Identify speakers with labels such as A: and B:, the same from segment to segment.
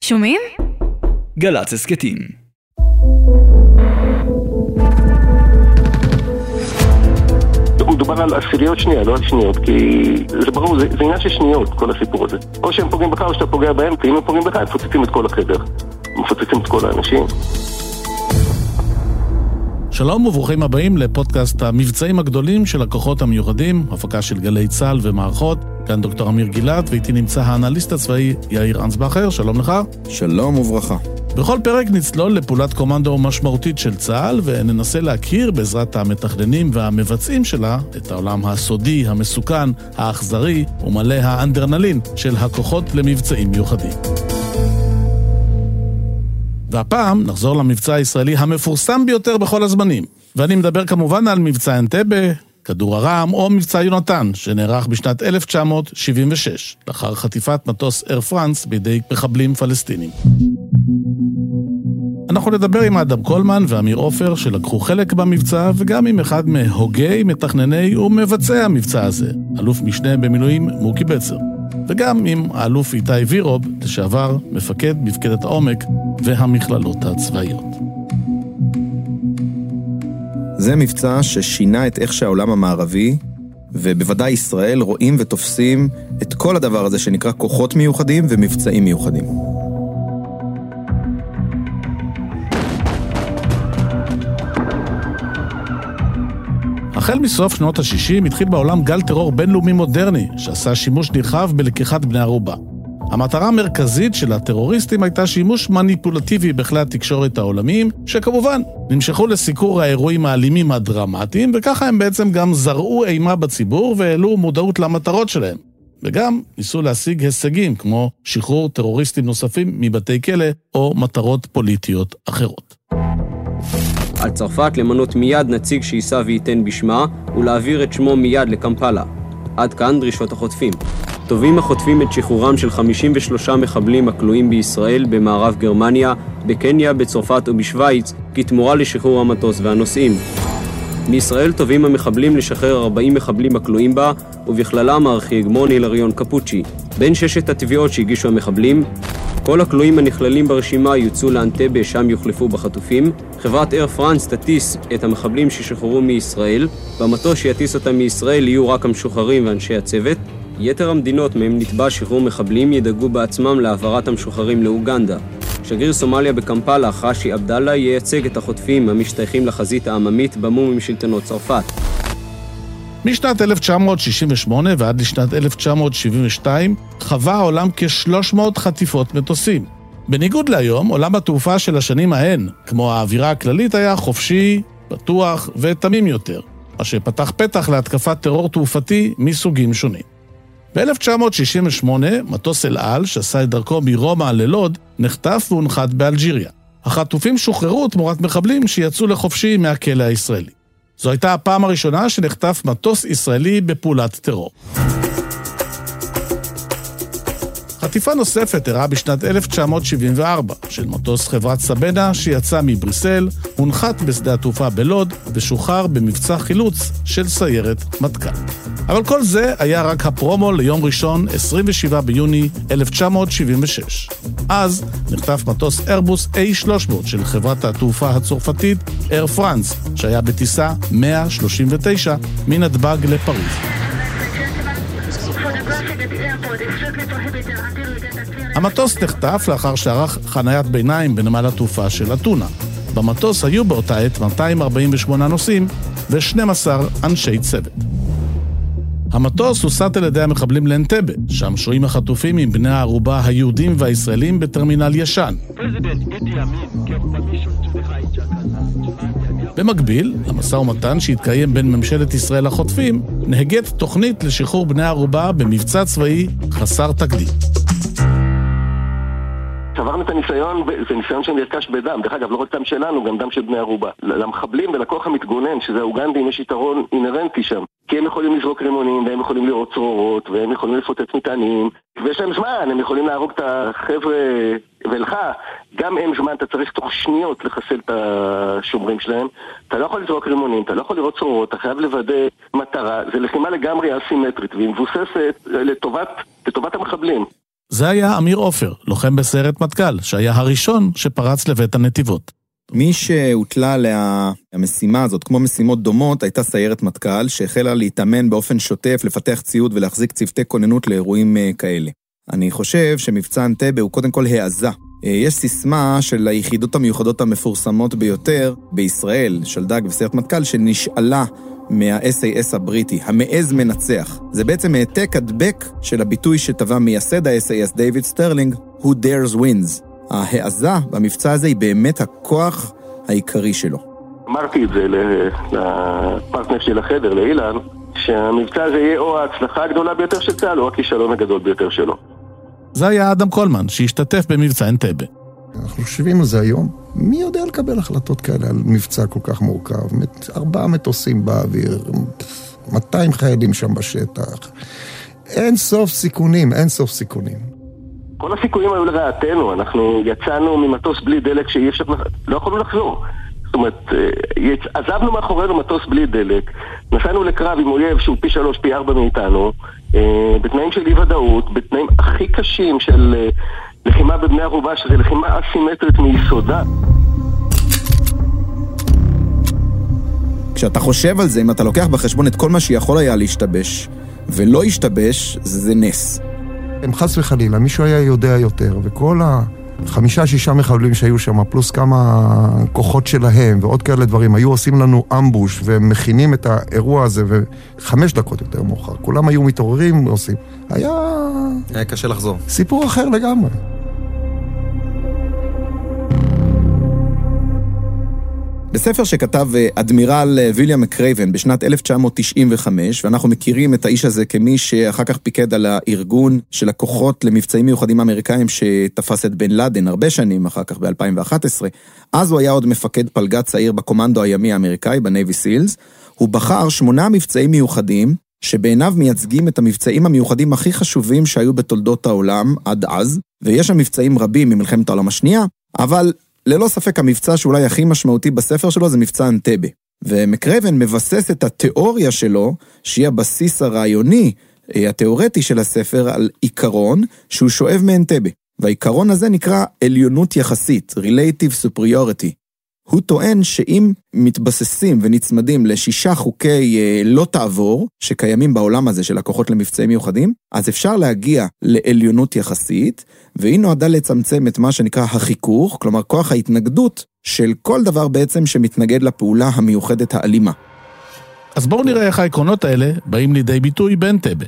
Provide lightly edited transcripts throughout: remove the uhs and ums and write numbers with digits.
A: שומעים?
B: גל"צ הסכתים.
C: מדובר על עשיריות שנייה, לא על שניות, כי זה ברור, זה עניין של שניות, כל הסיפור הזה. או שהם פוגעים בך או שאתה פוגע בהם, כי אם הם פוגעים בך, הם מפוצצים את כל החדר. מפוצצים את כל האנשים.
D: שלום וברוכים הבאים לפודקאסט המבצעים הגדולים של הכוחות המיוחדים, הפקה של גלי צה"ל ומערכות. כאן דוקטור אמיר גילת, ואיתי נמצא האנליסט הצבאי יאיר אנסבכר. שלום לך.
E: שלום וברכה.
D: בכל פרק נצלול לפעולת קומנדו משמעותית של צה"ל, וננסה להכיר בעזרת המתכננים והמבצעים שלה את העולם הסודי, המסוכן, האכזרי ומלא האנדרנלין של הכוחות למבצעים מיוחדים. והפעם נחזור למבצע הישראלי המפורסם ביותר בכל הזמנים. ואני מדבר כמובן על מבצע אנטבה, כדור הרעם או מבצע יונתן, שנערך בשנת 1976, לאחר חטיפת מטוס אייר פרנס בידי מחבלים פלסטינים. אנחנו נדבר עם אדם קולמן ואמיר עופר שלקחו חלק במבצע, וגם עם אחד מהוגי, מתכנני ומבצעי המבצע הזה, אלוף משנה במילואים מוקי בצר. וגם עם האלוף איתי וירוב, לשעבר מפקד מפקדת העומק והמכללות הצבאיות.
E: זה מבצע ששינה את איך שהעולם המערבי, ובוודאי ישראל, רואים ותופסים את כל הדבר הזה שנקרא כוחות מיוחדים ומבצעים מיוחדים.
D: החל מסוף שנות ה-60 התחיל בעולם גל טרור בינלאומי מודרני, שעשה שימוש נרחב בלקיחת בני ערובה. המטרה המרכזית של הטרוריסטים הייתה שימוש מניפולטיבי בכלי התקשורת העולמיים, שכמובן נמשכו לסיקור האירועים האלימים הדרמטיים, וככה הם בעצם גם זרעו אימה בציבור והעלו מודעות למטרות שלהם. וגם ניסו להשיג הישגים, כמו שחרור טרוריסטים נוספים מבתי כלא או מטרות פוליטיות אחרות.
F: על צרפת למנות מיד נציג שייסע וייתן בשמה, ולהעביר את שמו מיד לקמפלה. עד כאן דרישות החוטפים. תובעים החוטפים את שחרורם של 53 מחבלים הכלואים בישראל, במערב גרמניה, בקניה, בצרפת ובשוויץ, כתמורה לשחרור המטוס והנוסעים. מישראל תובעים המחבלים לשחרר 40 מחבלים הכלואים בה, ובכללם הארכי הגמון הילריון קפוצ'י. בין 6 התביעות שהגישו המחבלים, כל הכלואים הנכללים ברשימה יוצאו לאנטבה, שם יוחלפו בחטופים. חברת אייר פרנס תטיס את המחבלים ששחררו מישראל. במטוס שיטיס אותם מישראל יהיו רק המשוחררים ואנשי הצוות. יתר המדינות מהם נתבע שחרור מחבלים ידאגו בעצמם להעברת המשוחררים לאוגנדה. שגריר סומליה בקמפלה, חשי עבדאללה, ייצג את החוטפים המשתייכים לחזית העממית במום עם שלטונות צרפת.
D: משנת 1968 ועד לשנת 1972 חווה העולם כ-300 חטיפות מטוסים. בניגוד להיום, עולם התעופה של השנים ההן, כמו האווירה הכללית, היה חופשי, פתוח ותמים יותר, מה שפתח פתח להתקפת טרור תעופתי מסוגים שונים. ב-1968 מטוס אל על, שעשה את דרכו מרומא ללוד, נחטף והונחת באלג'יריה. החטופים שוחררו תמורת מחבלים שיצאו לחופשי מהכלא הישראלי. זו הייתה הפעם הראשונה שנחטף מטוס ישראלי בפעולת טרור. חטיפה נוספת אירעה בשנת 1974 של מטוס חברת סבנה שיצא מבריסל, הונחת בשדה התעופה בלוד ושוחרר במבצע חילוץ של סיירת מטכ"ל. אבל כל זה היה רק הפרומו ליום ראשון, 27 ביוני 1976. אז נחטף מטוס איירבוס A300 של חברת התעופה הצרפתית אייר פרנס, שהיה בטיסה 139 מנתב"ג לפריז. המטוס נחטף לאחר שערך חניית ביניים בנמל התעופה של אתונה. במטוס היו באותה עת 248 נוסעים ו12 אנשי צוות. המטוס הוסט על ידי המחבלים לאנטבה, שם שוהים החטופים עם בני הערובה היהודים והישראלים בטרמינל ישן. במקביל, למשא ומתן שהתקיים בין ממשלת ישראל לחוטפים, נהגת תוכנית לשחרור בני הערובה במבצע צבאי חסר תקדים.
C: עברנו את הניסיון, זה ניסיון שנרכש בדם, דרך אגב לא רק דם שלנו, גם דם של בני ערובה. למחבלים ולכוח המתגונן, שזה האוגנדים, יש יתרון אינרנטי שם. כי הם יכולים לזרוק רימונים, והם יכולים לראות צרורות, והם יכולים לפוצץ מטענים, ויש להם זמן, הם יכולים להרוג את החבר'ה ולך. גם הם זמן, אתה צריך תוך שניות לחסל את השומרים שלהם. אתה לא יכול לזרוק רימונים, אתה לא יכול לראות צרורות, אתה חייב לוודא מטרה. זה לחימה לגמרי אסימטרית, והיא מבוססת לטובת המחבלים.
D: זה היה אמיר עופר, לוחם בסיירת מטכ"ל, שהיה הראשון שפרץ לבית הנתיבות.
E: מי שהוטלה למשימה הזאת, כמו משימות דומות, הייתה סיירת מטכ"ל, שהחלה להתאמן באופן שוטף, לפתח ציוד ולהחזיק צוותי כוננות לאירועים כאלה. אני חושב שמבצע אנטבה הוא קודם כל העזה. יש סיסמה של היחידות המיוחדות המפורסמות ביותר בישראל, שלדג וסיירת מטכ"ל, שנשאלה מה-SAS הבריטי, המעז מנצח. זה בעצם העתק הדבק של הביטוי שטבע מייסד ה-SAS, דיוויד סטרלינג, Who dares wins. ההעזה במבצע הזה היא באמת הכוח העיקרי שלו.
C: אמרתי את זה לפרטנר של החדר, לאילן, שהמבצע הזה יהיה או ההצלחה הגדולה ביותר של צה"ל, או הכישלון הגדול ביותר שלו. זה
D: היה אדם קולמן, שהשתתף במבצע אנטבה.
A: אנחנו חושבים על זה היום. מי יודע לקבל החלטות כאלה על מבצע כל כך מורכב? 4 מטוסים באוויר, 200 חיילים שם בשטח. אין סוף סיכונים, אין סוף סיכונים.
C: כל הסיכויים היו לרעתנו, אנחנו יצאנו ממטוס בלי דלק שאי אפשר, לא יכולנו לחזור. זאת אומרת, עזבנו מאחורינו מטוס בלי דלק, נסענו לקרב עם אויב שהוא פי 3, פי 4 מאיתנו, בתנאים של אי-ודאות, בתנאים הכי קשים של לחימה בבני ערובה, שזה לחימה אסימטרית מיסודה.
E: כשאתה חושב על זה, אם אתה לוקח בחשבון את כל מה שיכול היה להשתבש, ולא השתבש, זה נס.
A: הם חס וחלילה, מישהו היה יודע יותר, וכל 5-6 מחבלים שהיו שם, פלוס כמה כוחות שלהם, ועוד כאלה דברים, היו עושים לנו אמבוש, ומכינים את האירוע הזה, ו5 דקות יותר מאוחר. כולם היו מתעוררים ועושים.
E: היה קשה לחזור.
A: סיפור אחר לגמרי.
E: בספר שכתב אדמירל ויליאם מקרייבן בשנת 1995, ואנחנו מכירים את האיש הזה כמי שאחר כך פיקד על הארגון של הכוחות למבצעים מיוחדים אמריקאים שתפס את בן לאדן הרבה שנים אחר כך ב-2011, אז הוא היה עוד מפקד פלגת צעיר בקומנדו הימי האמריקאי, בנייבי סילס. הוא בחר 8 מבצעים מיוחדים, שבעיניו מייצגים את המבצעים המיוחדים הכי חשובים שהיו בתולדות העולם עד אז, ויש שם מבצעים רבים ממלחמת העולם השנייה, אבל ללא ספק המבצע שאולי הכי משמעותי בספר שלו זה מבצע אנטבה. ומקרייבן מבסס את התיאוריה שלו, שהיא הבסיס הרעיוני, התיאורטי של הספר, על עיקרון שהוא שואב מאנטבה. והעיקרון הזה נקרא עליונות יחסית, Relative Superiority. הוא טוען שאם מתבססים ונצמדים ל6 חוקי לא תעבור, שקיימים בעולם הזה של הכוחות למבצעים מיוחדים, אז אפשר להגיע לעליונות יחסית, והיא נועדה לצמצם את מה שנקרא החיכוך, כלומר כוח ההתנגדות של כל דבר בעצם שמתנגד לפעולה המיוחדת האלימה.
D: אז בואו נראה איך העקרונות האלה באים לידי ביטוי באנטבה.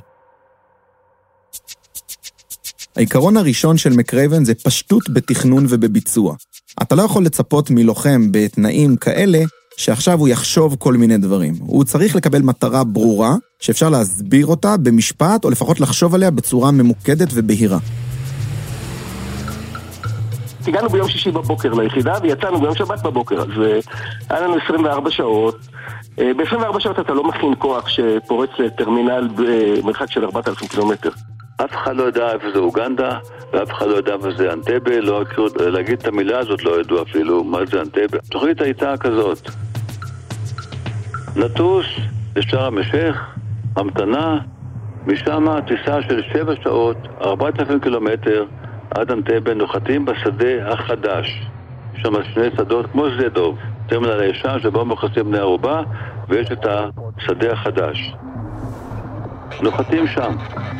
E: העיקרון הראשון של מקרייבן זה פשטות בתכנון ובביצוע. אתה לא יכול לצפות מלוחם בתנאים כאלה שעכשיו הוא יחשוב כל מיני דברים. הוא צריך לקבל מטרה ברורה שאפשר להסביר אותה במשפט או לפחות לחשוב עליה בצורה ממוקדת ובהירה.
C: הגענו ביום שישי בבוקר ליחידה ויצאנו ביום שבת בבוקר, אז היה לנו 24 שעות. ב-24 שעות אתה לא מכין כוח שפורץ לטרמינל במרחק של 4,000 קילומטר.
G: אף אחד לא יודע איפה זה אוגנדה, ואף אחד לא יודע איפה זה אנטבה, לא הכירו, להגיד את המילה הזאת לא ידעו אפילו מה זה אנטבה. התוכנית הייתה כזאת: נטוס לשארם א-שייח, המתנה, משם טיסה של 7 שעות, 4,000 קילומטר, עד אנטבה, נוחתים בשדה החדש. יש שם 2 שדות כמו שדה דוב, טרמינל הישן שבו מכסים בני ערובה, ויש את השדה החדש. נוחתים שם.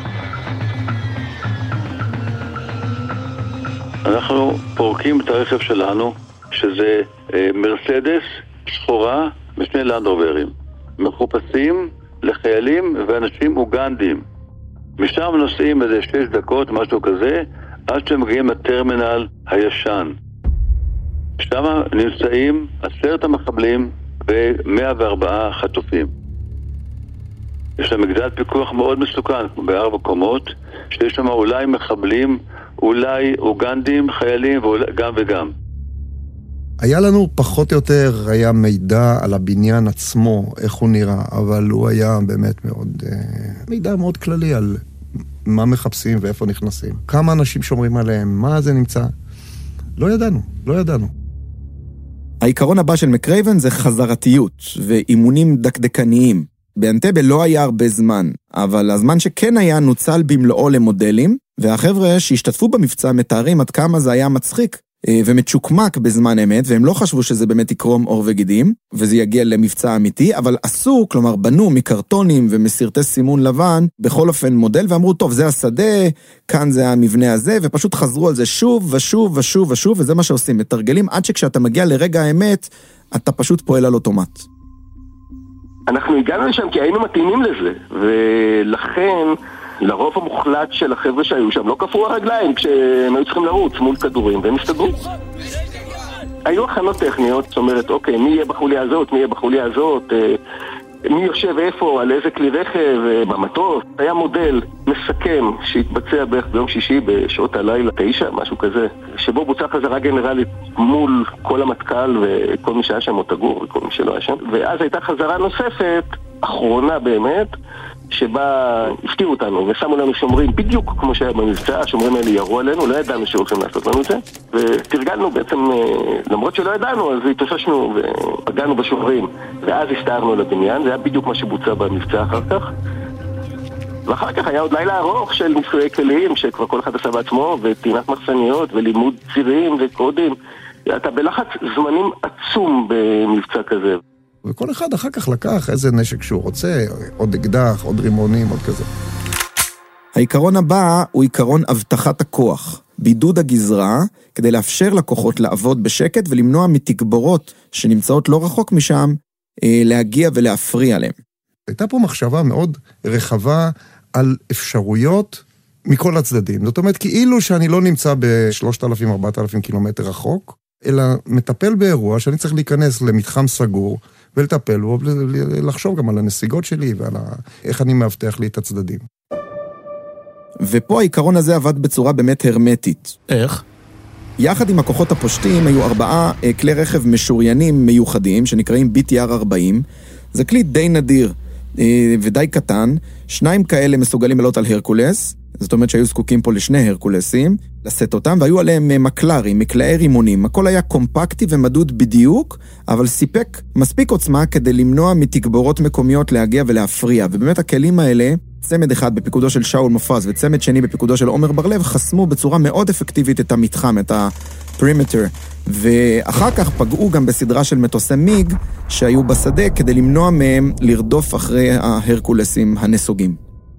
G: אנחנו פורקים את הרכב שלנו, שזה מרסדס, שחורה ו2 לנדרוברים. מחופשים לחיילים ואנשים אוגנדים. משם נוסעים איזה 6 דקות, משהו כזה, עד שמגיעים לטרמינל הישן. שם נמצאים 10 המחבלים ו104 חטופים. יש שם מגדל פיקוח מאוד מסוכן, ב4 קומות, שיש שם אולי מחבלים, אולי אוגנדים, חיילים, גם וגם.
A: היה לנו פחות או יותר, היה מידע על הבניין עצמו, איך הוא נראה, אבל הוא היה באמת מאוד, מידע מאוד כללי על מה מחפשים ואיפה נכנסים. כמה אנשים שומרים עליהם, מה זה נמצא. לא ידענו.
E: העיקרון הבא של מקרייבן זה חזרתיות ואימונים דקדקניים. באנטבה לא היה הרבה זמן, אבל הזמן שכן היה נוצל במלואו למודלים, והחבר'ה שהשתתפו במבצע מתארים עד כמה זה היה מצחיק ומצ'וקמק בזמן אמת, והם לא חשבו שזה באמת יקרום עור וגידים, וזה יגיע למבצע אמיתי, אבל עשו, כלומר בנו מקרטונים ומסרטי סימון לבן, בכל אופן מודל, ואמרו, טוב, זה השדה, כאן זה המבנה הזה, ופשוט חזרו על זה שוב ושוב ושוב ושוב, וזה מה שעושים, מתרגלים עד שכשאתה מגיע לרגע האמת, אתה פשוט פועל על אוטומט.
C: אנחנו הגענו לשם כי היינו מתאימים לזה, ולכן לרוב המוחלט של החבר'ה שהיו שם לא כפו הרגליים כשהם היו צריכים לרוץ מול כדורים, והם הסתדרו. היו הכנות טכניות, זאת אומרת, אוקיי, מי יהיה בחוליה הזאת, מי יהיה בחוליה הזאת, מי יושב איפה, על איזה כלי רכב, במטוס. היה מודל מסכם שהתבצע בערך ביום שישי בשעות הלילה 9, משהו כזה, שבו בוצעה חזרה גנרלית מול כל המטכ"ל וכל מי שהיה שם או תגור וכל מי שלא היה שם. ואז הייתה חזרה נוספת, אחרונה באמת, שבה הפתיעו אותנו ושמו לנו שומרים בדיוק כמו שהיה במבצע. השומרים האלה ירו עלינו, לא ידענו שהולכים לעשות לנו את זה, ותרגלנו בעצם, למרות שלא ידענו, אז התאוששנו ופגענו בשומרים, ואז הסתערנו לבניין. זה היה בדיוק מה שבוצע במבצע אחר כך. ואחר כך היה עוד לילה ארוך של ניסויי כלים שכבר כל אחד עשה בעצמו, וטעינת מחסניות ולימוד צירים וקודים. אתה בלחץ זמנים עצום במבצע כזה.
A: וכל אחד אחר כך לקח איזה נשק שהוא רוצה, עוד אקדח, עוד רימונים, עוד כזה.
E: העיקרון הבא הוא עיקרון הבטחת הכוח, בידוד הגזרה, כדי לאפשר לכוחות לעבוד בשקט ולמנוע מתגבורות שנמצאות לא רחוק משם, להגיע ולהפריע להם.
A: הייתה פה מחשבה מאוד רחבה על אפשרויות מכל הצדדים. זאת אומרת, כאילו שאני לא נמצא ב-3,000-4,000 קילומטר רחוק, אלא מטפל באירוע שאני צריך להיכנס למתחם סגור, ולטפל בו, ולחשוב גם על הנסיגות שלי, ועל איך אני מאבטח לי את הצדדים.
E: ופה העיקרון הזה עבד בצורה באמת הרמטית.
D: איך?
E: יחד עם הכוחות הפושטים היו 4 כלי רכב משוריינים מיוחדים, שנקראים BTR-40. זה כלי די נדיר ודי קטן. 2 כאלה מסוגלים לעלות על הרקולס, זאת אומרת שהיו זקוקים פה לשני הרקולסים, לשאת אותם, והיו עליהם מקלרים, מקלעי רימונים. הכל היה קומפקטי ומדוד בדיוק, אבל סיפק מספיק עוצמה כדי למנוע מתגבורות מקומיות להגיע ולהפריע. ובאמת הכלים האלה, צמד אחד בפיקודו של שאול מופז וצמד שני בפיקודו של עומר בר-לב, חסמו בצורה מאוד אפקטיבית את המתחם, את הפרימטר. ואחר כך פגעו גם בסדרה של מטוסי מיג שהיו בשדה כדי למנוע מהם לרדוף אחרי ההרקולסים הנסוגים.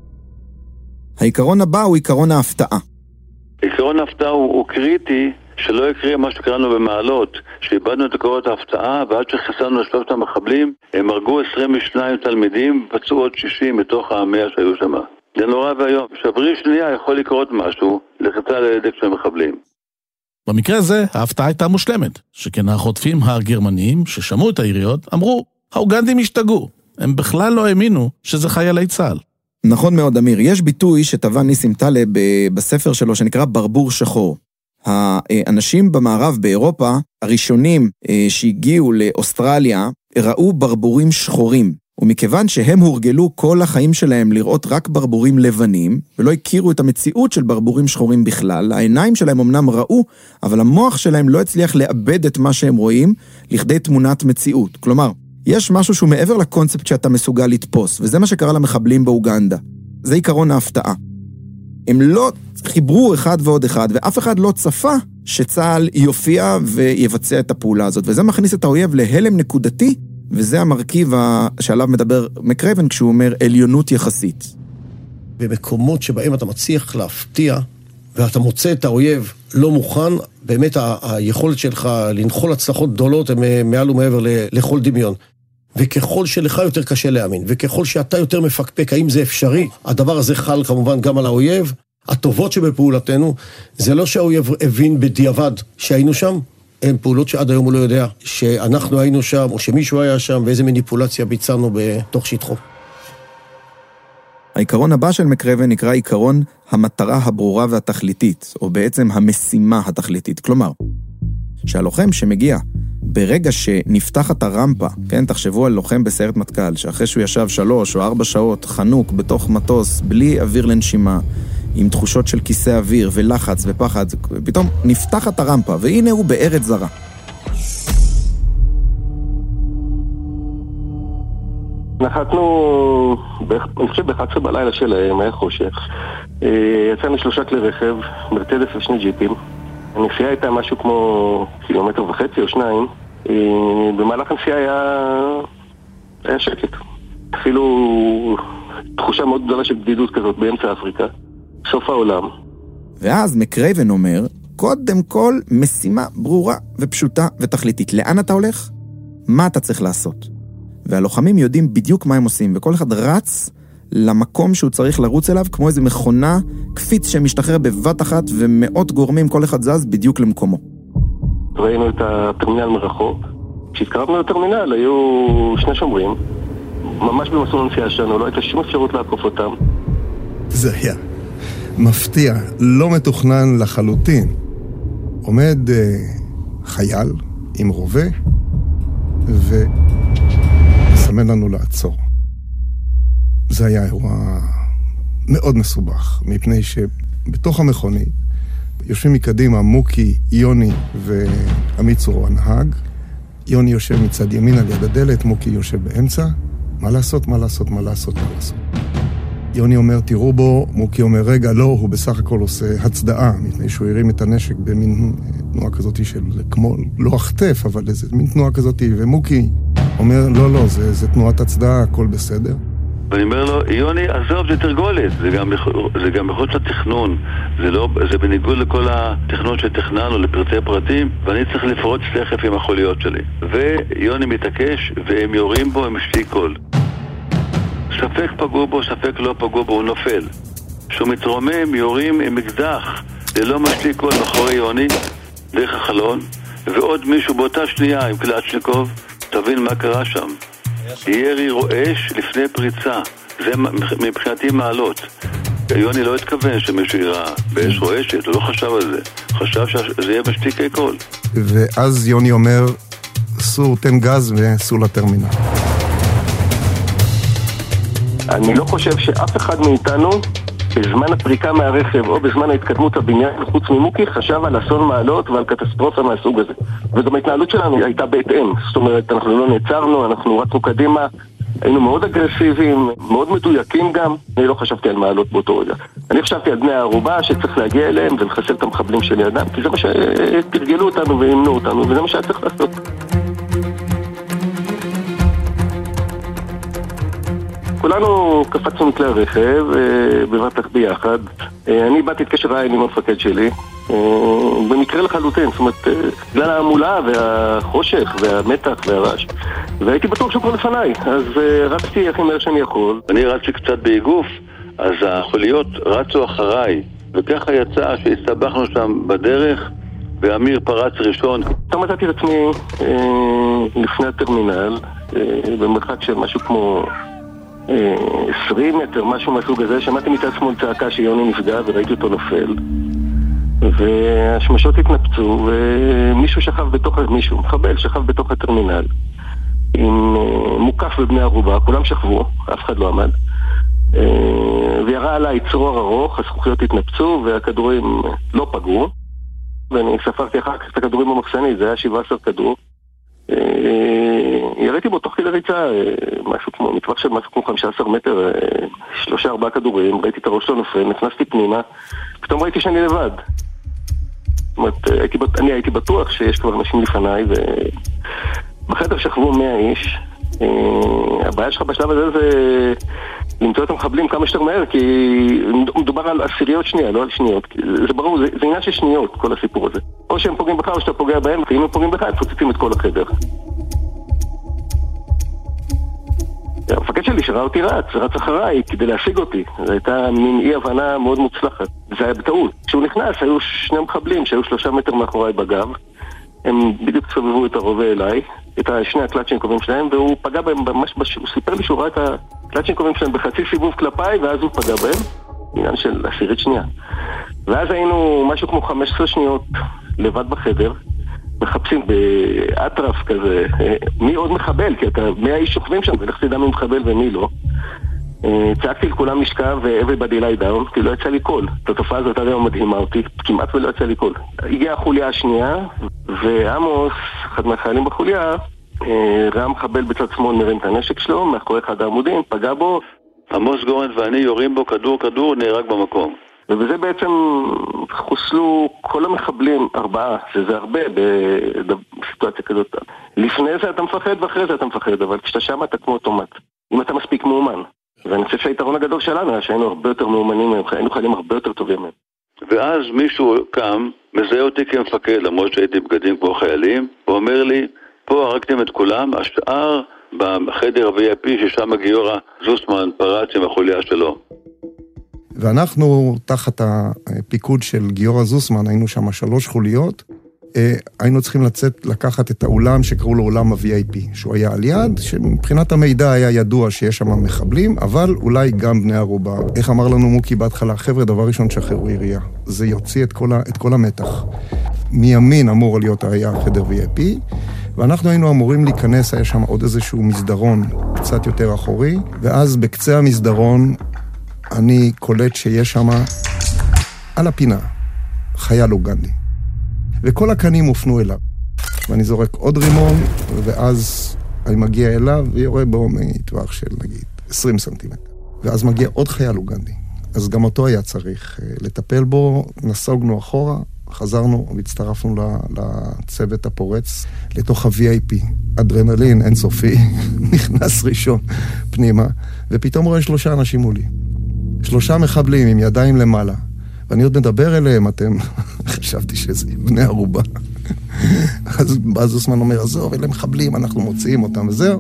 E: העיקרון הבא הוא עיקרון ההפתעה.
G: עיקרון ההפתעה הוא קריטי, שלא יקרה מה שקראנו במעלות, שאיבדנו את עקרונות ההפתעה, ועד שחיסלנו לשלושת המחבלים, הם הרגו 22 תלמידים, פצעו עוד 60 מתוך 100 שהיו שם. זה נורא והיום. שברי שנייה יכול לקרות משהו לחיצה לידק של המחבלים.
D: במקרה הזה, ההפתעה הייתה מושלמת, שכן החוטפים הגרמניים ששמעו את היריות, אמרו, האוגנדים השתגעו. הם בכלל לא האמינו שזה חיילי צה"ל.
E: נכון מאוד, אמיר. יש ביטוי שטבע ניסים טלב בספר שלו שנקרא ברבור שחור. האנשים במערב באירופה, הראשונים שהגיעו לאוסטרליה, ראו ברבורים שחורים. ומכיוון שהם הורגלו כל החיים שלהם לראות רק ברבורים לבנים, ולא הכירו את המציאות של ברבורים שחורים בכלל, העיניים שלהם אמנם ראו, אבל המוח שלהם לא הצליח לאבד את מה שהם רואים לכדי תמונת מציאות. כלומר, יש משהו שהוא מעבר לקונספט שאתה מסוגל לתפוס, וזה מה שקרה למחבלים באוגנדה. זה עיקרון ההפתעה. הם לא חיברו אחד ועוד אחד, ואף אחד לא צפה שצה"ל יופיע ויבצע את הפעולה הזאת, וזה מכניס את האויב להלם נקודתי, וזה המרכיב שעליו מדבר מקרבן כשהוא אומר עליונות יחסית.
H: במקומות שבהם אתה מצליח להפתיע, ואתה מוצא את האויב לא מוכן, באמת היכולת שלך לנחול הצלחות גדולות הם מעל ומעבר לכל דמיון. וככל שלך יותר קשה להאמין, וככל שאתה יותר מפקפק האם זה אפשרי, הדבר הזה חל כמובן גם על האויב. הטובות שבפעולתנו, זה לא שהאויב הבין בדיעבד שהיינו שם, הן פעולות שעד היום הוא לא יודע שאנחנו היינו שם, או שמישהו היה שם, ואיזה מניפולציה ביצענו בתוך שטחו.
E: העיקרון הבא של מקרבן נקרא עיקרון המטרה הברורה והתכליתית, או בעצם המשימה התכליתית. כלומר, שהלוחם שמגיע ברגע שנפתחת הרמפה, כן, תחשבו על לוחם בסיירת מטכ"ל, שאחרי שהוא ישב 3 או 4 שעות חנוק בתוך מטוס, בלי אוויר לנשימה, עם תחושות של כיסא אוויר ולחץ ופחד, פתאום נפתחת הרמפה, והנה הוא בארץ זרה.
C: נחתנו, אני חושב ב-11 בלילה שלהם, היה חושך. יצאנו 3 כלי רכב, מרצדס ו2 ג'יפים. הנסיעה הייתה משהו כמו 1.5 קילומטר או 2. במהלך הנסיעה היה שקט. אפילו תחושה מאוד גדולה של בדידות כזאת באמצע אפריקה. סוף העולם.
E: ואז מקרייבן אומר, קודם כל משימה ברורה ופשוטה ותכליתית. לאן אתה הולך? מה אתה צריך לעשות? והלוחמים יודעים בדיוק מה הם עושים, וכל אחד רץ למקום שהוא צריך לרוץ אליו, כמו איזו מכונה, קפיץ שמשתחרר בבת אחת, ומאות גורמים, כל אחד זז בדיוק למקומו.
C: ראינו את הטרמינל מרחוק. כשהתקרבנו לטרמינל היו 2 שומרים, ממש במסלול הנסיעה שלנו, לא הייתה שום אפשרות לעקוף אותם.
A: זה היה מפתיע, לא מתוכנן לחלוטין. עומד חייל עם רובה, ומסמן לנו לעצור. זה היה אירוע מאוד מסובך, מפני שבתוך המכונית יושבים מקדימה מוקי, יוני ועמית צורו הנהג. יוני יושב מצד ימין על יד הדלת, מוקי יושב באמצע. מה לעשות? יוני אומר, תראו בו, מוקי אומר, רגע, לא, הוא בסך הכל עושה הצדעה, מפני שהוא הרים את הנשק במין תנועה כזאת של, כמו, לא החטף, אבל איזה מין תנועה כזאת, ומוקי אומר, לא, זה תנועת הצדעה, הכל בסדר.
G: ואני אומר לו, יוני, עזוב, זה תרגולת, זה גם בחוץ לתכנון, זה בניגוד לכל התכנון שתכננו לפרטי פרטים, ואני צריך לפרוץ תכף עם החוליות שלי. ויוני מתעקש, והם יורים בו עם שתי קול. ספק פגעו בו, ספק לא פגעו בו, הוא נופל. כשהוא מתרומם, יורים עם אקדח, ללא משתי קול מאחורי יוני, דרך החלון, ועוד מישהו באותה שנייה עם קלצ'ניקוב, תבין מה קרה שם. ירי רועש לפני פריצה, זה מבחינתי מעלות. יוני לא התכוון שמישהו יראה באש רועשת, הוא לא חשב על זה, חשב שזה יהיה בשתיקי קול.
A: ואז יוני אומר, סור, תן גז וסור לטרמינל.
C: אני לא חושב שאף אחד מאיתנו בזמן הפריקה מהרכב או בזמן ההתקדמות הבניין חוץ ממוקי חשב על אסון מעלות ועל קטסטרופה מהסוג הזה. וגם ההתנהלות שלנו הייתה בהתאם. זאת אומרת, אנחנו לא נעצרנו, אנחנו רצנו קדימה, היינו מאוד אגרסיביים, מאוד מדויקים גם. אני לא חשבתי על מעלות באותו רגע. אני חשבתי על בני הערובה שצריך להגיע אליהם ולחסל את המחבלים של ידם, כי זה מה שתרגלו אותנו ואימנו אותנו, וזה מה שהיה צריך לעשות. כולנו קפצנו מכלי הרכב, בבת ביחד. אני באתי להתקשר עם המפקד שלי, במקרה לחלוטין, זאת אומרת, בגלל העמולה והחושך והמתח והרעש. והייתי בטוח שהוא כבר לפניי, אז רצתי הכי מהר שאני יכול.
G: אני רצתי קצת באיגוף, אז החוליות רצו אחריי, וככה יצא שהסתבכנו שם בדרך, ואמיר פרץ ראשון.
C: מצאתי את עצמי לפני הטרמינל, במרחק של משהו כמו 20 מטר, משהו מהסוג הזה. שמעתי מצד שמאל צעקה שיוני נפגע וראיתי אותו נופל, והשמשות התנפצו, ומישהו מחבל שכב בתוך הטרמינל עם מוקף בבני ערובה, כולם שכבו, אף אחד לא עמד, וירה עליי צרור ארוך, הזכוכיות התנפצו והכדורים לא פגעו, ואני ספרתי אחר כך את הכדורים במחסנית, זה היה 17 כדור. יריתי בו תוך כדי ריצה, מטווח של משהו כמו 15 מטר, 3-4 כדורים, ראיתי את הראש שלו נופל, נכנסתי פנימה, פתאום ראיתי שאני לבד. זאת אומרת, אני הייתי בטוח שיש כבר אנשים לפניי, ובחדר שכבו 100 איש. הבעיה שלך בשלב הזה זה למצוא את המחבלים כמה שיותר מהר, כי מדובר על עשיריות שנייה, לא על שניות. זה ברור, זה עניין של שניות, כל הסיפור הזה. או שהם פוגעים בך או שאתה פוגע בהם, ואם הם פוגעים בך, הם פוצצים את כל החדר. המפקד שלי שראה אותי רץ אחריי כדי להשיג אותי. זו הייתה מין אי הבנה מאוד מוצלחת. זה היה בטעות. כשהוא נכנס, היו 2 מחבלים שהיו 3 מטר מאחוריי בגב. הם בדיוק סובבו את הרובה אליי, את שני הקלצ'נקובים שלהם, והוא פגע בהם ממש, הוא סיפר לי שהוא ראה את הקלצ'נקובים שלהם בחצי סיבוב כלפיי, ואז הוא פגע בהם, עניין של עשירית שנייה. ואז היינו משהו כמו 15 שניות לבד בחדר, מחפשים באטרף כזה, מי עוד מחבל, כי 100 איש שוכבים שם, ולך תדע מי מחבל ומי לא. צעקתי לכולם משכב ו-everybody lie down, כי לא יצא לי קול. את התופעה הזאת עד היום מדהימה אותי, כמעט ולא יצא לי קול. הגיעה החוליה השנייה, ועמוס, אחד מהחיילים בחוליה, ראה מחבל בצד שמאל מרים את הנשק שלו, מאחורי אחד העמודים, פגע בו.
G: עמוס גורן ואני יורים בו כדור, נהרג במקום.
C: ובזה בעצם חוסלו כל המחבלים, 4, שזה הרבה בסיטואציה כזאת. לפני זה אתה מפחד ואחרי זה אתה מפחד, אבל כשאתה שם אתה כמו אוטומט. אם אתה מספיק מאומן. ואני חושב שהיתרון הגדול שלנו היה שהיינו הרבה יותר מאומנים, היינו חיילים הרבה יותר טובים מהם.
G: ואז מישהו קם, מזהה אותי כמפקד, למרות שהייתי בגדים כמו חיילים, ואומר לי, פה הרגתם את כולם, השאר בחדר ה-VIP ששם גיורא זוסמן פרץ עם החוליה שלו.
A: ואנחנו, תחת הפיקוד של גיורא זוסמן, היינו שם 3 חוליות, היינו צריכים לקחת את האולם שקראו לו אולם ה-VIP, שהוא היה על יד, שמבחינת המידע היה ידוע שיש שם מחבלים, אבל אולי גם בני ערובה. איך אמר לנו מוקי בהתחלה, חבר'ה, דבר ראשון שחררו ירייה. זה יוציא את כל המתח. מימין אמור להיות היה חדר VIP, ואנחנו היינו אמורים להיכנס, היה שם עוד איזשהו מסדרון קצת יותר אחורי, ואז בקצה המסדרון אני קולט שיש שם על הפינה חייל אוגנדי. וכל הקנים הופנו אליו. ואני זורק עוד רימון, ואז אני מגיע אליו ויורה בו מטווח של נגיד 20 סנטימטר. ואז מגיע עוד חייל אוגנדי. אז גם אותו היה צריך לטפל בו, נסוגנו אחורה, חזרנו והצטרפנו לצוות הפורץ לתוך ה-VIP. אדרנלין אינסופי, נכנס ראשון פנימה, ופתאום רואה 3 אנשים מולי. 3 מחבלים עם ידיים למעלה. ואני עוד מדבר אליהם, אתם... חשבתי שזה בני ערובה. אז זוסמן אומר, עזוב, אלה מחבלים, אנחנו מוציאים אותם וזהו.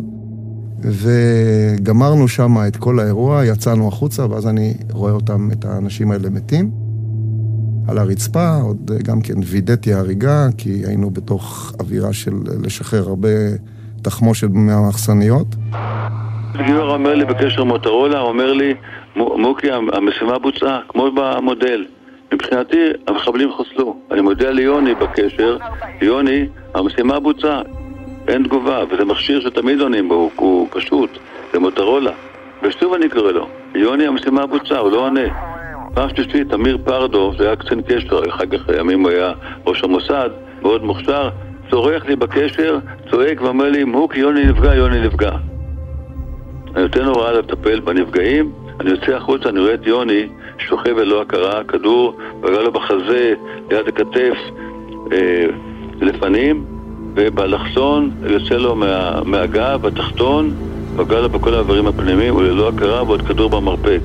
A: וגמרנו שם את כל האירוע, יצאנו החוצה, ואז אני רואה אותם, את האנשים האלה מתים. על הרצפה, עוד גם כן וידאתי הריגה, כי היינו בתוך אווירה של לשחרר הרבה תחמושת מהמחסניות.
G: גיורא אומר לי בקשר מוטורולה, אומר לי, מוקי, המשימה בוצעה, כמו במודל. מבחינתי, המחבלים חוסלו. אני מודיע ליוני בקשר, יוני, המשימה בוצעה. אין תגובה, וזה מכשיר שתמיד עונים בו, הוא פשוט, זה מוטורולה. ושוב אני קורא לו, יוני, המשימה בוצעה, הוא לא עונה. פעם שלישית, אמיר פרדו, זה היה קצין קשר, אחר כך ימים הוא היה ראש המוסד, מאוד מוכשר, צורח לי בקשר, צועק ואומר לי, מוקי, יוני נפגע. אני נותן הוראה לטפל בנפגעים, אני יוצא החוצה, אני רואה את יוני, שוכב ולא הכרה, כדור, פגע לו בחזה, ליד הכתף, לפנים, ובאלכסון יוצא לו מהגב, התחתון, פגע לו בכל האיברים הפנימיים, וללא הכרה, ועוד כדור במרפק.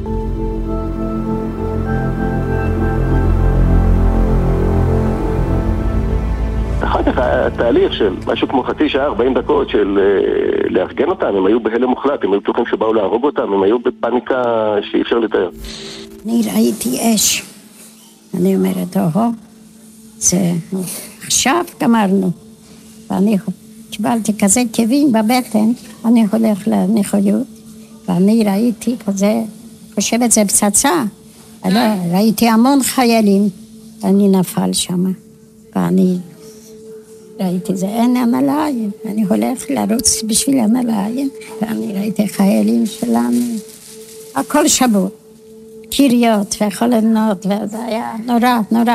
C: אחר כך התהליך של משהו כמו חצי שעה, 40 דקות של לארגן אותם, הם היו בהלם מוחלט, הם היו בטוחים שבאו להרוג אותם, הם היו בפאניקה שאי אפשר לתאר.
I: אני ראיתי אש, אני אומרת, זה עכשיו גמרנו, ואני קיבלתי כזה כאבים בבטן, אני הולך לניחויות, ואני ראיתי כזה, חושבת זה פצצה, ראיתי המון חיילים, ואני נפל שם, ואני ראיתי זה, אין הנעליים, אני הולך לרוץ בשביל הנעליים, ואני ראיתי חיילים שלנו, הכל שבור, קיריות וחולנות, וזה היה נורא.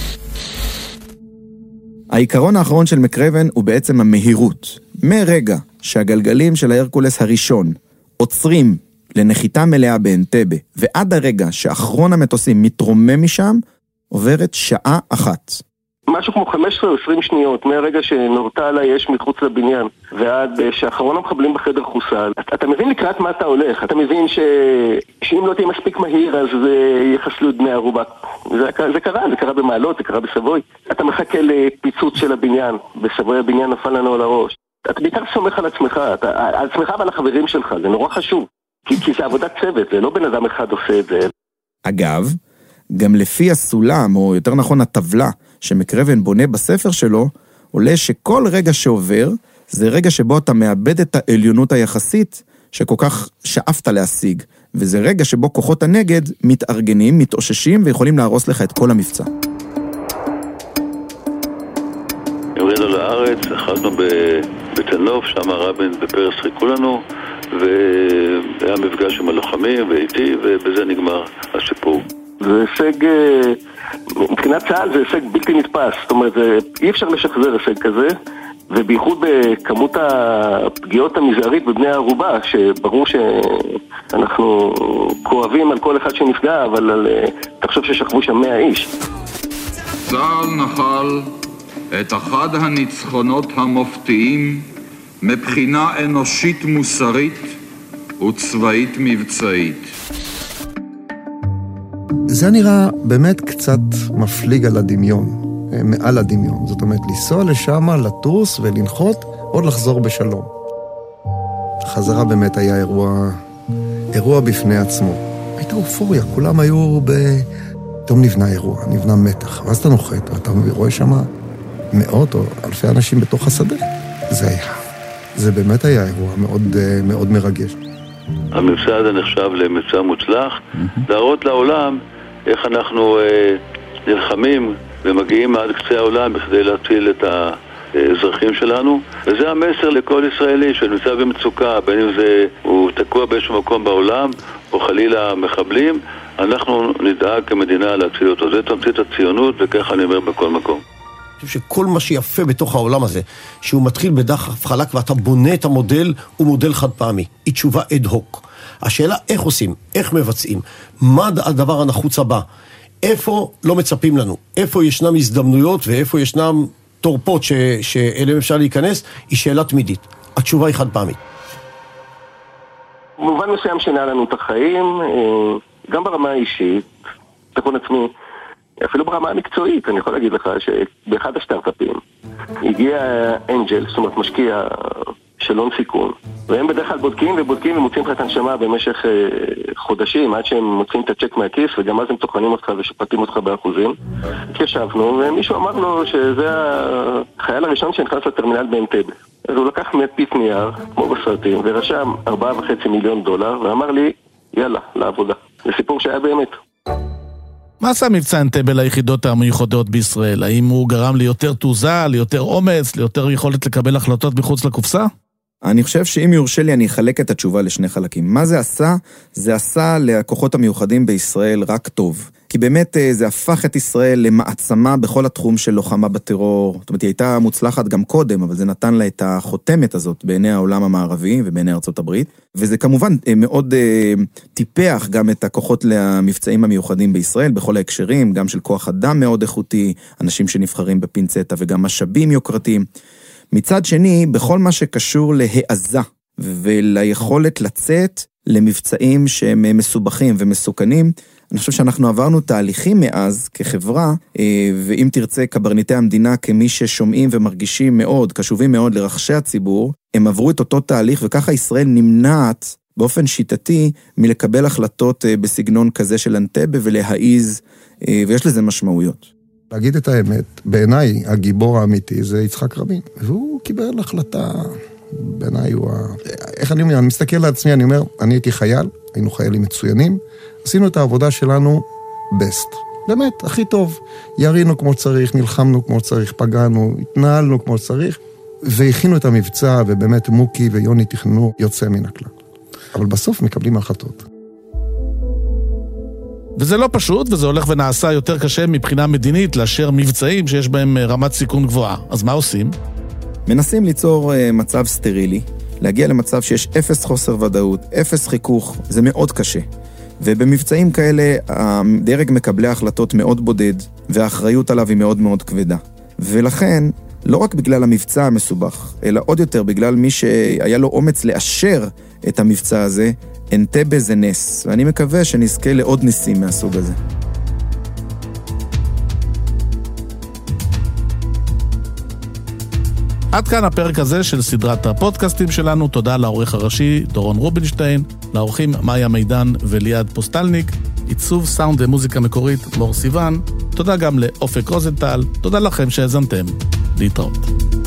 E: העיקרון האחרון של מקרבן הוא בעצם המהירות. מרגע שהגלגלים של ההרקולס הראשון עוצרים לנחיתה מלאה באנטבה, ועד הרגע שאחרון המטוסים מתרומם משם, עוברת שעה אחת.
C: משהו כמו 15 או 20 שניות מהרגע שנורתה על האש מחוץ לבניין ועד שאחרון המחבלים בחדר חוסל. אתה מבין לקראת מה אתה הולך, אתה מבין שאם לא תהיה מספיק מהיר אז יחסלו את בני ערובה. זה קרה במעלות, זה קרה בסבוי. אתה מחכה לפיצוץ של הבניין, בסבוי הבניין נפל לנו על הראש. אתה בעיקר סומך על עצמך, על עצמך ועל החברים שלך, זה נורא חשוב. כי זה עבודת צוות, זה לא בן אדם אחד עושה את זה.
E: אגב, גם לפי הסולם, או יותר נכון הטבלה, שמקרבן בונה בספר שלו, עולה שכל רגע שעובר, זה רגע שבו אתה מאבד את העליונות היחסית, שכל כך שאפת להשיג, וזה רגע שבו כוחות הנגד מתארגנים, מתאוששים, ויכולים להרוס לך את כל המבצע.
G: יורדנו לארץ, אחזנו בתל נוף, שם רבין ופרס חיכו לנו, והיה מפגש עם הלוחמים ואיתי, ובזה נגמר הסיפור.
C: זה הישג, מבחינת צה"ל זה הישג בלתי נתפס, זאת אומרת, אי אפשר לשחזר הישג כזה, ובייחוד בכמות הפגיעות המזערית בבני הערובה, שברור שאנחנו כואבים על כל אחד שנפגע, אבל תחשוב ששכבו שם 100 איש.
J: צה"ל נחל את אחד הניצחונות המופתיים מבחינה אנושית מוסרית וצבאית מבצעית.
A: זה נראה באמת קצת מפליג על הדמיון, מעל הדמיון. זאת אומרת, לנסוע לשם, לטוס ולנחות, עוד לחזור בשלום. חזרה באמת היה אירוע בפני עצמו. הייתה אופוריה, כולם היו פתאום נבנה אירוע, נבנה מתח. ואז אתה נוחת, ואתה רואה שם מאות או אלפי אנשים בתוך השדה. זה באמת היה אירוע מאוד, מאוד מרגש.
G: המבצע הזה נחשב למבצע מוצלח, להראות לעולם איך אנחנו נלחמים ומגיעים עד קצה העולם בכדי להציל את האזרחים שלנו, וזה המסר לכל ישראלי שנמצא במצוקה, בין אם זה הוא תקוע באיזשהו מקום בעולם או חלילה מחבלים, אנחנו נדאג כמדינה להציל אותו. זה תמצית הציונות, וכך אני אומר בכל מקום.
H: אני חושב שכל מה שיפה בתוך העולם הזה, שהוא מתחיל בדחף חלק ואתה בונה את המודל, הוא מודל חד פעמי. היא תשובה אד הוק. השאלה איך עושים, איך מבצעים, מה הדבר הנחוץ הבא, איפה לא מצפים לנו, איפה ישנם הזדמנויות ואיפה ישנם תורפות שאליהם אפשר להיכנס, היא שאלה תמידית. התשובה היא חד פעמית.
C: במובן מסוים שינה לנו את החיים, גם ברמה האישית, תכון עצמי, אפילו ברמה המקצועית, אני יכול להגיד לך שבאחד הסטארט-אפים הגיע אנג'ל, זאת אומרת משקיע של הון סיכון, והם בדרך כלל בודקים ומוצאים לך את הנשמה במשך חודשים עד שהם מוצאים את הצ'ק מהכיס, וגם אז הם תוכנים אותך ושפטים אותך באחוזים. ישבנו ומישהו אמר לו שזה החייל הראשון שנכנס לטרמינל באנטבה. אז הוא לקח מדפיס נייר, כמו בסרטים, ורשם $4.5 מיליון, ואמר לי, יאללה, לעבודה. זה סיפור שהיה באמת.
D: מה עשה מבצע אנטבה ליחידות המיוחדות בישראל? האם הוא גרם ליותר תעוזה, ליותר אומץ, ליותר יכולת לקבל החלטות מחוץ לקופסה?
E: אני חושב שאם יורשה לי אני אחלק את התשובה לשני חלקים. מה זה עשה? זה עשה לכוחות המיוחדים בישראל רק טוב. כי באמת זה הפך את ישראל למעצמה בכל התחום של לוחמה בטרור. זאת אומרת, היא הייתה מוצלחת גם קודם, אבל זה נתן לה את החותמת הזאת בעיני העולם המערבי ובעיני ארצות הברית. וזה כמובן מאוד טיפח גם את הכוחות למבצעים המיוחדים בישראל, בכל ההקשרים, גם של כוח אדם מאוד איכותי, אנשים שנבחרים בפינצטה וגם משאבים יוקרתיים. מצד שני, בכל מה שקשור להעזה וליכולת לצאת למבצעים שהם מסובכים ומסוכנים, אני חושב שאנחנו עברנו תהליכים מאז כחברה, ואם תרצה קברניטי המדינה כמי ששומעים ומרגישים מאוד, קשובים מאוד לרחשי הציבור, הם עברו את אותו תהליך, וככה ישראל נמנעת באופן שיטתי מלקבל החלטות בסגנון כזה של אנטבה ולהעיז, ויש לזה משמעויות.
A: להגיד את האמת, בעיניי הגיבור האמיתי זה יצחק רבין, והוא קיבל החלטה, בעיניי הוא איך אני אומר, אני מסתכל לעצמי, אני אומר, אני הייתי חייל, היינו חיילים מצוינים, עשינו את העבודה שלנו בסט, באמת, הכי טוב, ירינו כמו צריך, נלחמנו כמו צריך, פגענו, התנהלנו כמו צריך, והכינו את המבצע, ובאמת מוקי ויוני תכננו יוצא מן הכלל. אבל בסוף מקבלים החלטות.
D: וזה לא פשוט, וזה הולך ונעשה יותר קשה מבחינה מדינית, לאשר מבצעים שיש בהם רמת סיכון גבוהה. אז מה עושים?
E: מנסים ליצור מצב סטרילי, להגיע למצב שיש אפס חוסר ודאות, אפס חיכוך, זה מאוד קשה. ובמבצעים כאלה, הדרג מקבלי ההחלטות מאוד בודד, והאחריות עליו היא מאוד מאוד כבדה. ולכן, לא רק בגלל המבצע המסובך, אלא עוד יותר בגלל מי שהיה לו אומץ לאשר את המבצע הזה, אנטבה זה נס, ואני מקווה שנזכה לעוד ניסים מהסוג הזה.
D: עד כאן הפרק הזה של סדרת הפודקאסטים שלנו. תודה לעורך הראשי דורון רובינשטיין, לעורכים מאיה מידן וליעד פוסטלניק, עיצוב סאונד ומוזיקה מקורית מור סיוון. תודה גם לאופק רוזנטל. תודה לכם שהאזנתם. להתראות.